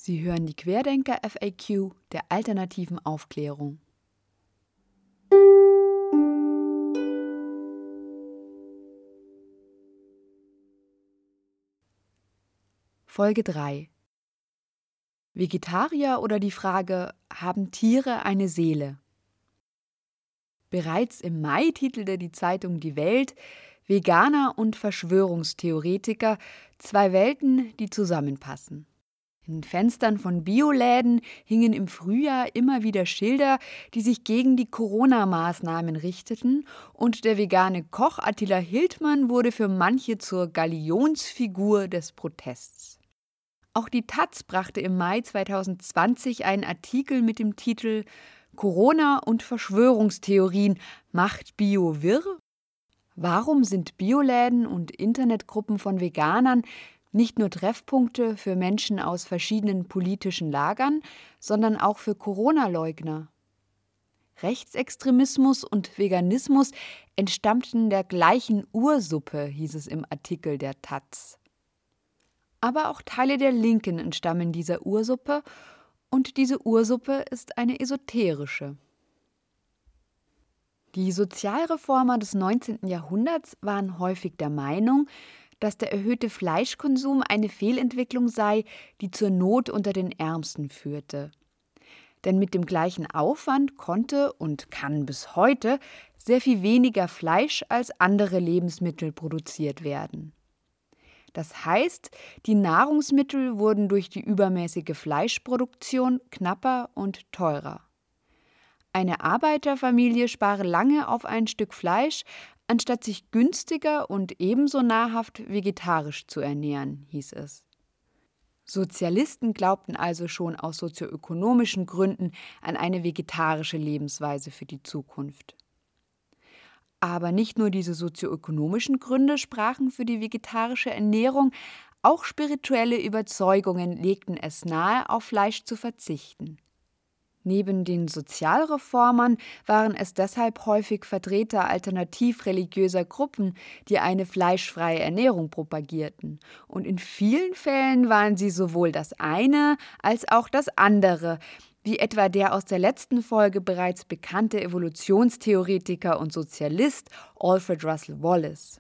Sie hören die Querdenker FAQ der alternativen Aufklärung. Folge 3: Vegetarier oder die Frage: Haben Tiere eine Seele? Bereits im Mai titelte die Zeitung Die Welt: Veganer und Verschwörungstheoretiker, zwei Welten, die zusammenpassen. In Fenstern von Bioläden hingen im Frühjahr immer wieder Schilder, die sich gegen die Corona-Maßnahmen richteten, und der vegane Koch Attila Hildmann wurde für manche zur Galionsfigur des Protests. Auch die taz brachte im Mai 2020 einen Artikel mit dem Titel »Corona und Verschwörungstheorien – macht Bio wirr?« Warum sind Bioläden und Internetgruppen von Veganern nicht nur Treffpunkte für Menschen aus verschiedenen politischen Lagern, sondern auch für Corona-Leugner? Rechtsextremismus und Veganismus entstammten der gleichen Ursuppe, hieß es im Artikel der taz. Aber auch Teile der Linken entstammen dieser Ursuppe, und diese Ursuppe ist eine esoterische. Die Sozialreformer des 19. Jahrhunderts waren häufig der Meinung, dass der erhöhte Fleischkonsum eine Fehlentwicklung sei, die zur Not unter den Ärmsten führte. Denn mit dem gleichen Aufwand konnte und kann bis heute sehr viel weniger Fleisch als andere Lebensmittel produziert werden. Das heißt, die Nahrungsmittel wurden durch die übermäßige Fleischproduktion knapper und teurer. Eine Arbeiterfamilie spare lange auf ein Stück Fleisch, anstatt sich günstiger und ebenso nahrhaft vegetarisch zu ernähren, hieß es. Sozialisten glaubten also schon aus sozioökonomischen Gründen an eine vegetarische Lebensweise für die Zukunft. Aber nicht nur diese sozioökonomischen Gründe sprachen für die vegetarische Ernährung, auch spirituelle Überzeugungen legten es nahe, auf Fleisch zu verzichten. Neben den Sozialreformern waren es deshalb häufig Vertreter alternativ-religiöser Gruppen, die eine fleischfreie Ernährung propagierten. Und in vielen Fällen waren sie sowohl das eine als auch das andere, wie etwa der aus der letzten Folge bereits bekannte Evolutionstheoretiker und Sozialist Alfred Russel Wallace.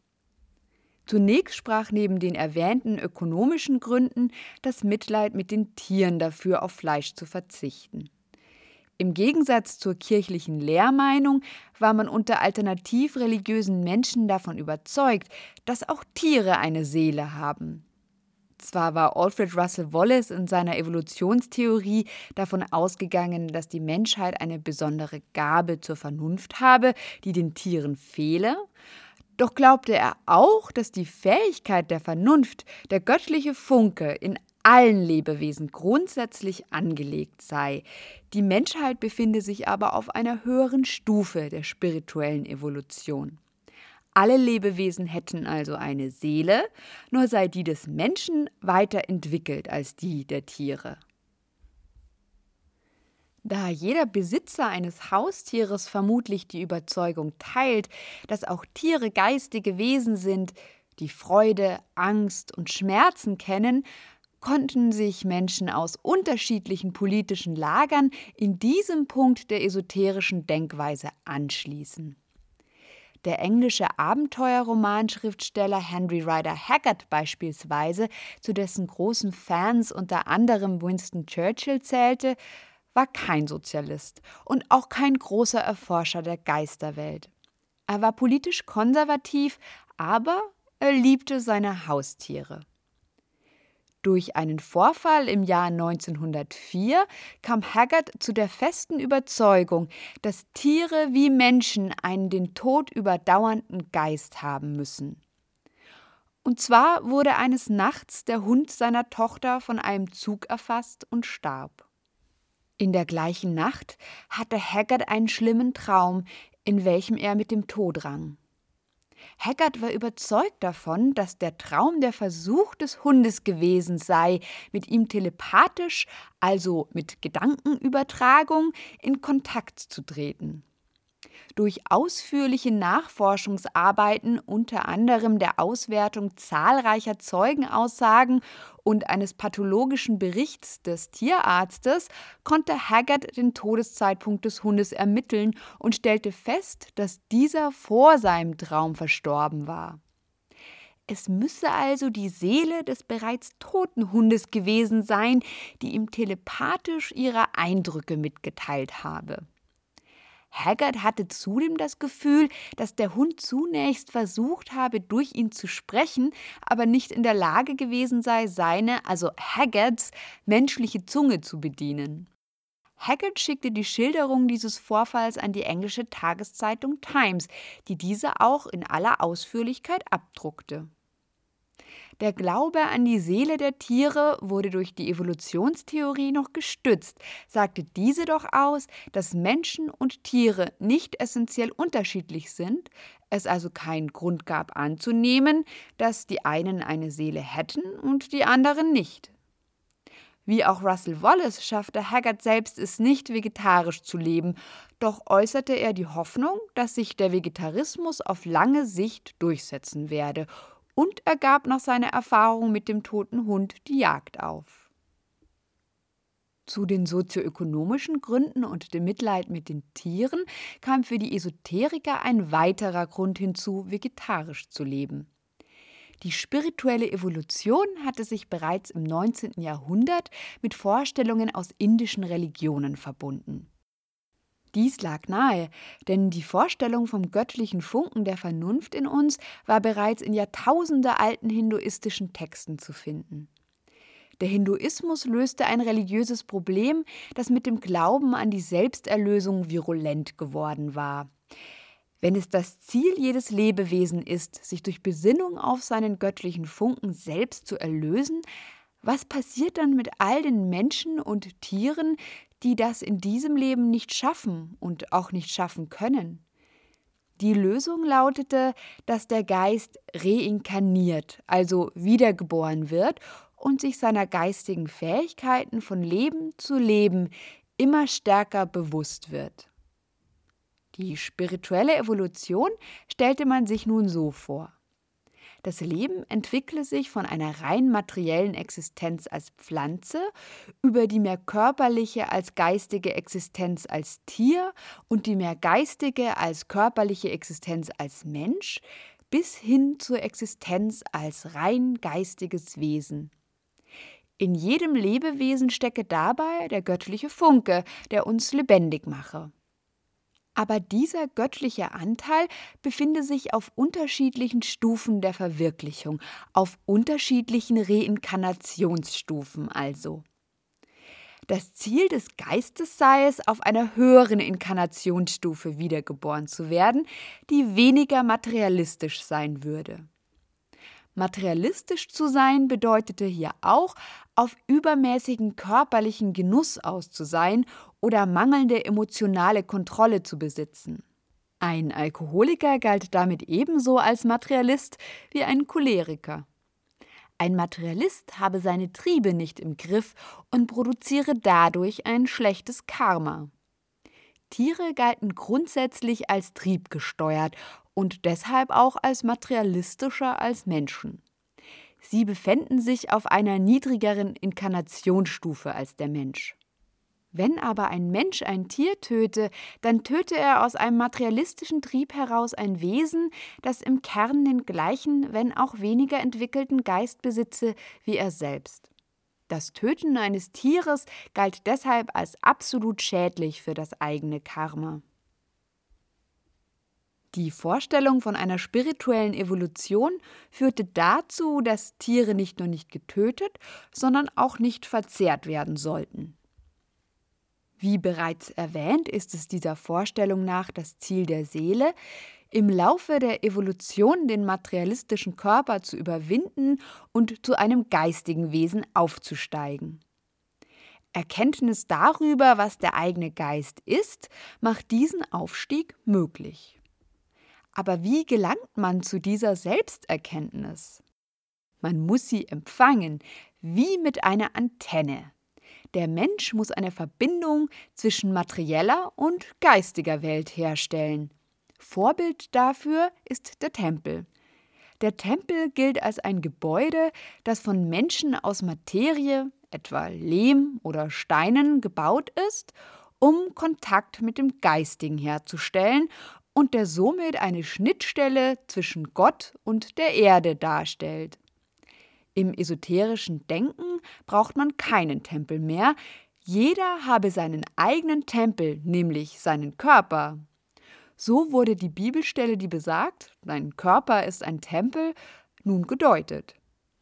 Zunächst sprach neben den erwähnten ökonomischen Gründen das Mitleid mit den Tieren dafür, auf Fleisch zu verzichten. Im Gegensatz zur kirchlichen Lehrmeinung war man unter alternativ-religiösen Menschen davon überzeugt, dass auch Tiere eine Seele haben. Zwar war Alfred Russel Wallace in seiner Evolutionstheorie davon ausgegangen, dass die Menschheit eine besondere Gabe zur Vernunft habe, die den Tieren fehle, doch glaubte er auch, dass die Fähigkeit der Vernunft, der göttliche Funke, in allen Lebewesen grundsätzlich angelegt sei. Die Menschheit befinde sich aber auf einer höheren Stufe der spirituellen Evolution. Alle Lebewesen hätten also eine Seele, nur sei die des Menschen weiterentwickelt als die der Tiere. Da jeder Besitzer eines Haustieres vermutlich die Überzeugung teilt, dass auch Tiere geistige Wesen sind, die Freude, Angst und Schmerzen kennen, konnten sich Menschen aus unterschiedlichen politischen Lagern in diesem Punkt der esoterischen Denkweise anschließen. Der englische Abenteuerromanschriftsteller Henry Rider Haggard beispielsweise, zu dessen großen Fans unter anderem Winston Churchill zählte, war kein Sozialist und auch kein großer Erforscher der Geisterwelt. Er war politisch konservativ, aber er liebte seine Haustiere. Durch einen Vorfall im Jahr 1904 kam Haggard zu der festen Überzeugung, dass Tiere wie Menschen einen den Tod überdauernden Geist haben müssen. Und zwar wurde eines Nachts der Hund seiner Tochter von einem Zug erfasst und starb. In der gleichen Nacht hatte Haggard einen schlimmen Traum, in welchem er mit dem Tod rang. Haggard war überzeugt davon, dass der Traum der Versuch des Hundes gewesen sei, mit ihm telepathisch, also mit Gedankenübertragung, in Kontakt zu treten. Durch ausführliche Nachforschungsarbeiten, unter anderem der Auswertung zahlreicher Zeugenaussagen und eines pathologischen Berichts des Tierarztes, konnte Haggard den Todeszeitpunkt des Hundes ermitteln und stellte fest, dass dieser vor seinem Traum verstorben war. Es müsse also die Seele des bereits toten Hundes gewesen sein, die ihm telepathisch ihre Eindrücke mitgeteilt habe. Haggard hatte zudem das Gefühl, dass der Hund zunächst versucht habe, durch ihn zu sprechen, aber nicht in der Lage gewesen sei, seine, also Haggards, menschliche Zunge zu bedienen. Haggard schickte die Schilderung dieses Vorfalls an die englische Tageszeitung Times, die diese auch in aller Ausführlichkeit abdruckte. Der Glaube an die Seele der Tiere wurde durch die Evolutionstheorie noch gestützt, sagte diese doch aus, dass Menschen und Tiere nicht essentiell unterschiedlich sind, es also keinen Grund gab anzunehmen, dass die einen eine Seele hätten und die anderen nicht. Wie auch Russel Wallace schaffte Haggard selbst es nicht, vegetarisch zu leben, doch äußerte er die Hoffnung, dass sich der Vegetarismus auf lange Sicht durchsetzen werde, und er gab nach seiner Erfahrung mit dem toten Hund die Jagd auf. Zu den sozioökonomischen Gründen und dem Mitleid mit den Tieren kam für die Esoteriker ein weiterer Grund hinzu, vegetarisch zu leben. Die spirituelle Evolution hatte sich bereits im 19. Jahrhundert mit Vorstellungen aus indischen Religionen verbunden. Dies lag nahe, denn die Vorstellung vom göttlichen Funken der Vernunft in uns war bereits in jahrtausendealten hinduistischen Texten zu finden. Der Hinduismus löste ein religiöses Problem, das mit dem Glauben an die Selbsterlösung virulent geworden war. Wenn es das Ziel jedes Lebewesen ist, sich durch Besinnung auf seinen göttlichen Funken selbst zu erlösen, was passiert dann mit all den Menschen und Tieren, die das in diesem Leben nicht schaffen und auch nicht schaffen können? Die Lösung lautete, dass der Geist reinkarniert, also wiedergeboren wird und sich seiner geistigen Fähigkeiten von Leben zu Leben immer stärker bewusst wird. Die spirituelle Evolution stellte man sich nun so vor: Das Leben entwickle sich von einer rein materiellen Existenz als Pflanze über die mehr körperliche als geistige Existenz als Tier und die mehr geistige als körperliche Existenz als Mensch bis hin zur Existenz als rein geistiges Wesen. In jedem Lebewesen stecke dabei der göttliche Funke, der uns lebendig mache. Aber dieser göttliche Anteil befinde sich auf unterschiedlichen Stufen der Verwirklichung, auf unterschiedlichen Reinkarnationsstufen also. Das Ziel des Geistes sei es, auf einer höheren Inkarnationsstufe wiedergeboren zu werden, die weniger materialistisch sein würde. Materialistisch zu sein bedeutete hier auch, auf übermäßigen körperlichen Genuss aus zu sein oder mangelnde emotionale Kontrolle zu besitzen. Ein Alkoholiker galt damit ebenso als Materialist wie ein Choleriker. Ein Materialist habe seine Triebe nicht im Griff und produziere dadurch ein schlechtes Karma. Tiere galten grundsätzlich als triebgesteuert und deshalb auch als materialistischer als Menschen. Sie befänden sich auf einer niedrigeren Inkarnationsstufe als der Mensch. Wenn aber ein Mensch ein Tier töte, dann töte er aus einem materialistischen Trieb heraus ein Wesen, das im Kern den gleichen, wenn auch weniger entwickelten Geist besitze wie er selbst. Das Töten eines Tieres galt deshalb als absolut schädlich für das eigene Karma. Die Vorstellung von einer spirituellen Evolution führte dazu, dass Tiere nicht nur nicht getötet, sondern auch nicht verzehrt werden sollten. Wie bereits erwähnt, ist es dieser Vorstellung nach das Ziel der Seele, im Laufe der Evolution den materialistischen Körper zu überwinden und zu einem geistigen Wesen aufzusteigen. Erkenntnis darüber, was der eigene Geist ist, macht diesen Aufstieg möglich. Aber wie gelangt man zu dieser Selbsterkenntnis? Man muss sie empfangen, wie mit einer Antenne. Der Mensch muss eine Verbindung zwischen materieller und geistiger Welt herstellen. Vorbild dafür ist der Tempel. Der Tempel gilt als ein Gebäude, das von Menschen aus Materie, etwa Lehm oder Steinen, gebaut ist, um Kontakt mit dem Geistigen herzustellen und der somit eine Schnittstelle zwischen Gott und der Erde darstellt. Im esoterischen Denken braucht man keinen Tempel mehr. Jeder habe seinen eigenen Tempel, nämlich seinen Körper. So wurde die Bibelstelle, die besagt, dein Körper ist ein Tempel, nun gedeutet.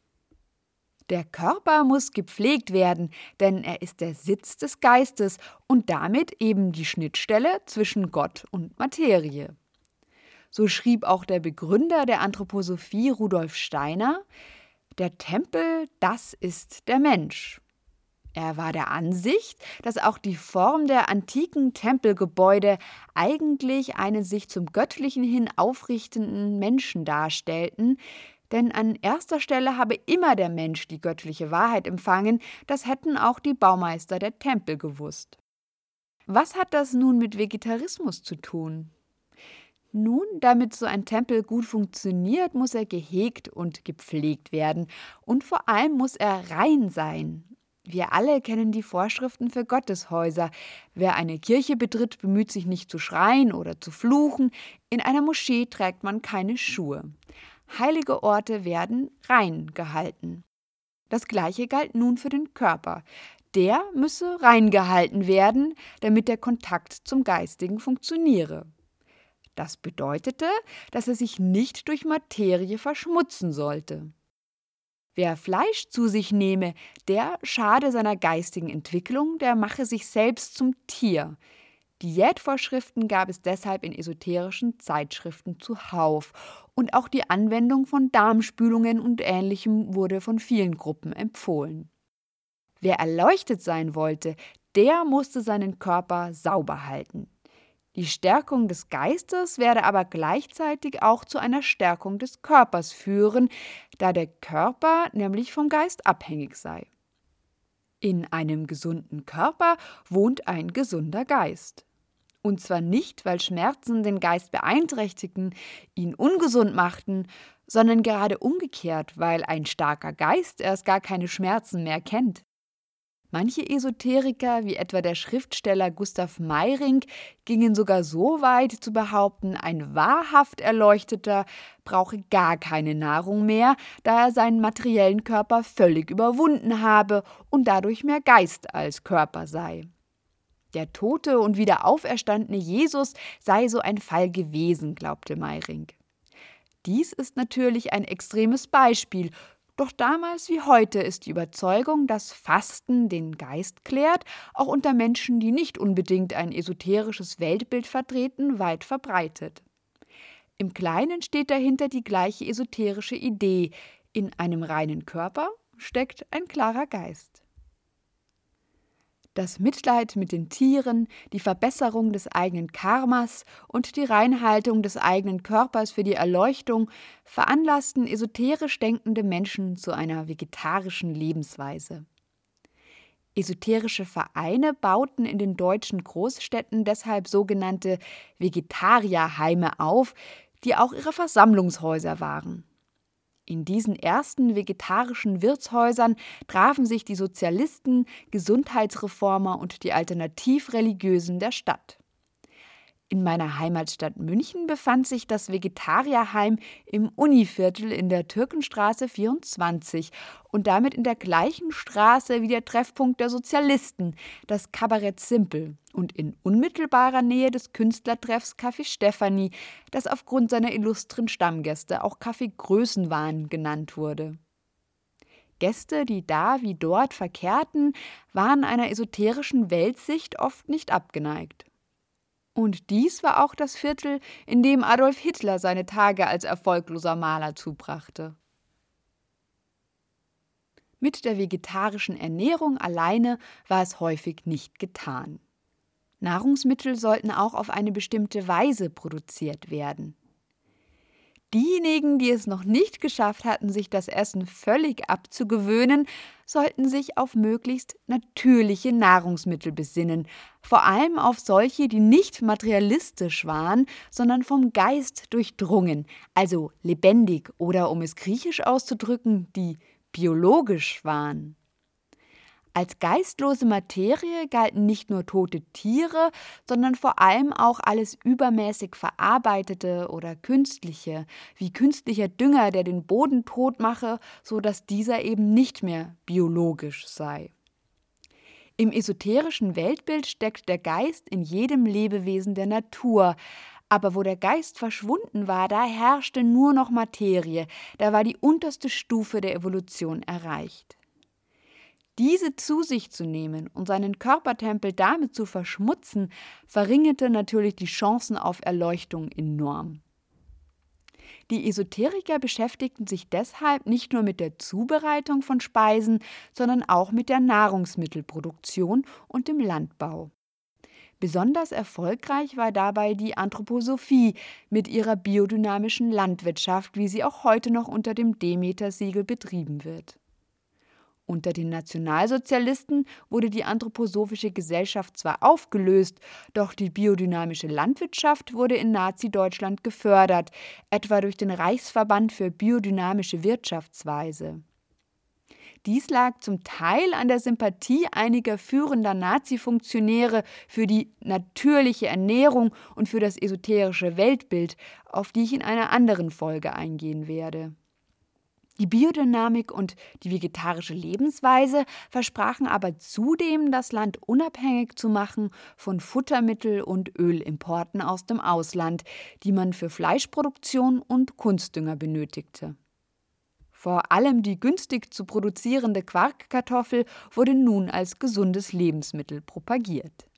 Der Körper muss gepflegt werden, denn er ist der Sitz des Geistes und damit eben die Schnittstelle zwischen Gott und Materie. So schrieb auch der Begründer der Anthroposophie Rudolf Steiner: Der Tempel, das ist der Mensch. Er war der Ansicht, dass auch die Form der antiken Tempelgebäude eigentlich einen sich zum Göttlichen hin aufrichtenden Menschen darstellten, denn an erster Stelle habe immer der Mensch die göttliche Wahrheit empfangen, das hätten auch die Baumeister der Tempel gewusst. Was hat das nun mit Vegetarismus zu tun? Nun, damit so ein Tempel gut funktioniert, muss er gehegt und gepflegt werden und vor allem muss er rein sein. Wir alle kennen die Vorschriften für Gotteshäuser. Wer eine Kirche betritt, bemüht sich nicht zu schreien oder zu fluchen. In einer Moschee trägt man keine Schuhe. Heilige Orte werden rein gehalten. Das Gleiche galt nun für den Körper. Der müsse rein gehalten werden, damit der Kontakt zum Geistigen funktioniere. Das bedeutete, dass er sich nicht durch Materie verschmutzen sollte. Wer Fleisch zu sich nehme, der schade seiner geistigen Entwicklung, der mache sich selbst zum Tier. Diätvorschriften gab es deshalb in esoterischen Zeitschriften zuhauf und auch die Anwendung von Darmspülungen und Ähnlichem wurde von vielen Gruppen empfohlen. Wer erleuchtet sein wollte, der musste seinen Körper sauber halten. Die Stärkung des Geistes werde aber gleichzeitig auch zu einer Stärkung des Körpers führen, da der Körper nämlich vom Geist abhängig sei. In einem gesunden Körper wohnt ein gesunder Geist. Und zwar nicht, weil Schmerzen den Geist beeinträchtigten, ihn ungesund machten, sondern gerade umgekehrt, weil ein starker Geist erst gar keine Schmerzen mehr kennt. Manche Esoteriker, wie etwa der Schriftsteller Gustav Meiring, gingen sogar so weit zu behaupten, ein wahrhaft Erleuchteter brauche gar keine Nahrung mehr, da er seinen materiellen Körper völlig überwunden habe und dadurch mehr Geist als Körper sei. Der tote und wieder auferstandene Jesus sei so ein Fall gewesen, glaubte Meiring. Dies ist natürlich ein extremes Beispiel, doch damals wie heute ist die Überzeugung, dass Fasten den Geist klärt, auch unter Menschen, die nicht unbedingt ein esoterisches Weltbild vertreten, weit verbreitet. Im Kleinen steht dahinter die gleiche esoterische Idee: In einem reinen Körper steckt ein klarer Geist. Das Mitleid mit den Tieren, die Verbesserung des eigenen Karmas und die Reinhaltung des eigenen Körpers für die Erleuchtung veranlassten esoterisch denkende Menschen zu einer vegetarischen Lebensweise. Esoterische Vereine bauten in den deutschen Großstädten deshalb sogenannte Vegetarierheime auf, die auch ihre Versammlungshäuser waren. In diesen ersten vegetarischen Wirtshäusern trafen sich die Sozialisten, Gesundheitsreformer und die Alternativreligiösen der Stadt. In meiner Heimatstadt München befand sich das Vegetarierheim im Univiertel in der Türkenstraße 24 und damit in der gleichen Straße wie der Treffpunkt der Sozialisten, das Kabarett Simpel, und in unmittelbarer Nähe des Künstlertreffs Café Stefanie, das aufgrund seiner illustren Stammgäste auch Café Größenwahn genannt wurde. Gäste, die da wie dort verkehrten, waren einer esoterischen Weltsicht oft nicht abgeneigt. Und dies war auch das Viertel, in dem Adolf Hitler seine Tage als erfolgloser Maler zubrachte. Mit der vegetarischen Ernährung alleine war es häufig nicht getan. Nahrungsmittel sollten auch auf eine bestimmte Weise produziert werden. Diejenigen, die es noch nicht geschafft hatten, sich das Essen völlig abzugewöhnen, sollten sich auf möglichst natürliche Nahrungsmittel besinnen, vor allem auf solche, die nicht materialistisch waren, sondern vom Geist durchdrungen, also lebendig oder, um es griechisch auszudrücken, die biologisch waren. Als geistlose Materie galten nicht nur tote Tiere, sondern vor allem auch alles übermäßig verarbeitete oder künstliche, wie künstlicher Dünger, der den Boden tot mache, so dass dieser eben nicht mehr biologisch sei. Im esoterischen Weltbild steckt der Geist in jedem Lebewesen der Natur. Aber wo der Geist verschwunden war, da herrschte nur noch Materie, da war die unterste Stufe der Evolution erreicht. Diese zu sich zu nehmen und seinen Körpertempel damit zu verschmutzen, verringerte natürlich die Chancen auf Erleuchtung enorm. Die Esoteriker beschäftigten sich deshalb nicht nur mit der Zubereitung von Speisen, sondern auch mit der Nahrungsmittelproduktion und dem Landbau. Besonders erfolgreich war dabei die Anthroposophie mit ihrer biodynamischen Landwirtschaft, wie sie auch heute noch unter dem Demeter-Siegel betrieben wird. Unter den Nationalsozialisten wurde die Anthroposophische Gesellschaft zwar aufgelöst, doch die biodynamische Landwirtschaft wurde in Nazi-Deutschland gefördert, etwa durch den Reichsverband für biodynamische Wirtschaftsweise. Dies lag zum Teil an der Sympathie einiger führender Nazi-Funktionäre für die natürliche Ernährung und für das esoterische Weltbild, auf die ich in einer anderen Folge eingehen werde. Die Biodynamik und die vegetarische Lebensweise versprachen aber zudem, das Land unabhängig zu machen von Futtermittel- und Ölimporten aus dem Ausland, die man für Fleischproduktion und Kunstdünger benötigte. Vor allem die günstig zu produzierende Quarkkartoffel wurde nun als gesundes Lebensmittel propagiert.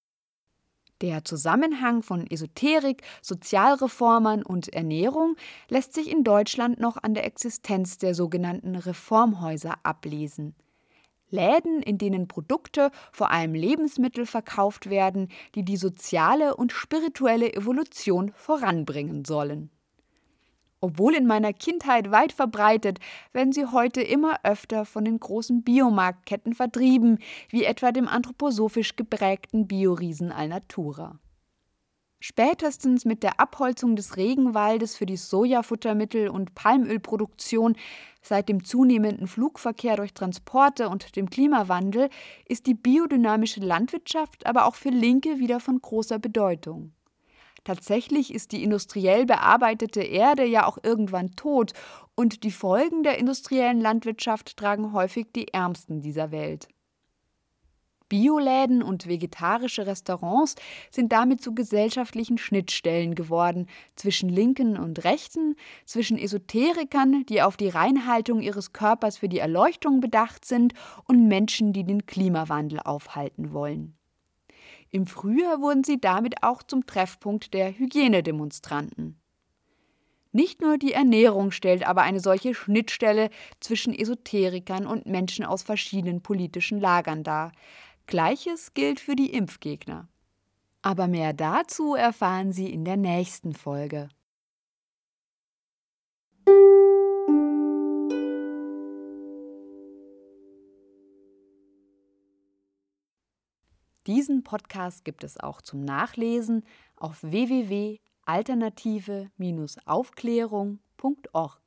Der Zusammenhang von Esoterik, Sozialreformern und Ernährung lässt sich in Deutschland noch an der Existenz der sogenannten Reformhäuser ablesen. Läden, in denen Produkte, vor allem Lebensmittel, verkauft werden, die die soziale und spirituelle Evolution voranbringen sollen. Obwohl in meiner Kindheit weit verbreitet, werden sie heute immer öfter von den großen Biomarktketten vertrieben, wie etwa dem anthroposophisch geprägten Bioriesen Alnatura. Spätestens mit der Abholzung des Regenwaldes für die Sojafuttermittel- und Palmölproduktion, seit dem zunehmenden Flugverkehr durch Transporte und dem Klimawandel, ist die biodynamische Landwirtschaft aber auch für Linke wieder von großer Bedeutung. Tatsächlich ist die industriell bearbeitete Erde ja auch irgendwann tot und die Folgen der industriellen Landwirtschaft tragen häufig die Ärmsten dieser Welt. Bioläden und vegetarische Restaurants sind damit zu gesellschaftlichen Schnittstellen geworden, zwischen Linken und Rechten, zwischen Esoterikern, die auf die Reinhaltung ihres Körpers für die Erleuchtung bedacht sind, und Menschen, die den Klimawandel aufhalten wollen. Im Frühjahr wurden sie damit auch zum Treffpunkt der Hygienedemonstranten. Nicht nur die Ernährung stellt aber eine solche Schnittstelle zwischen Esoterikern und Menschen aus verschiedenen politischen Lagern dar. Gleiches gilt für die Impfgegner. Aber mehr dazu erfahren Sie in der nächsten Folge. Diesen Podcast gibt es auch zum Nachlesen auf www.alternative-aufklärung.org.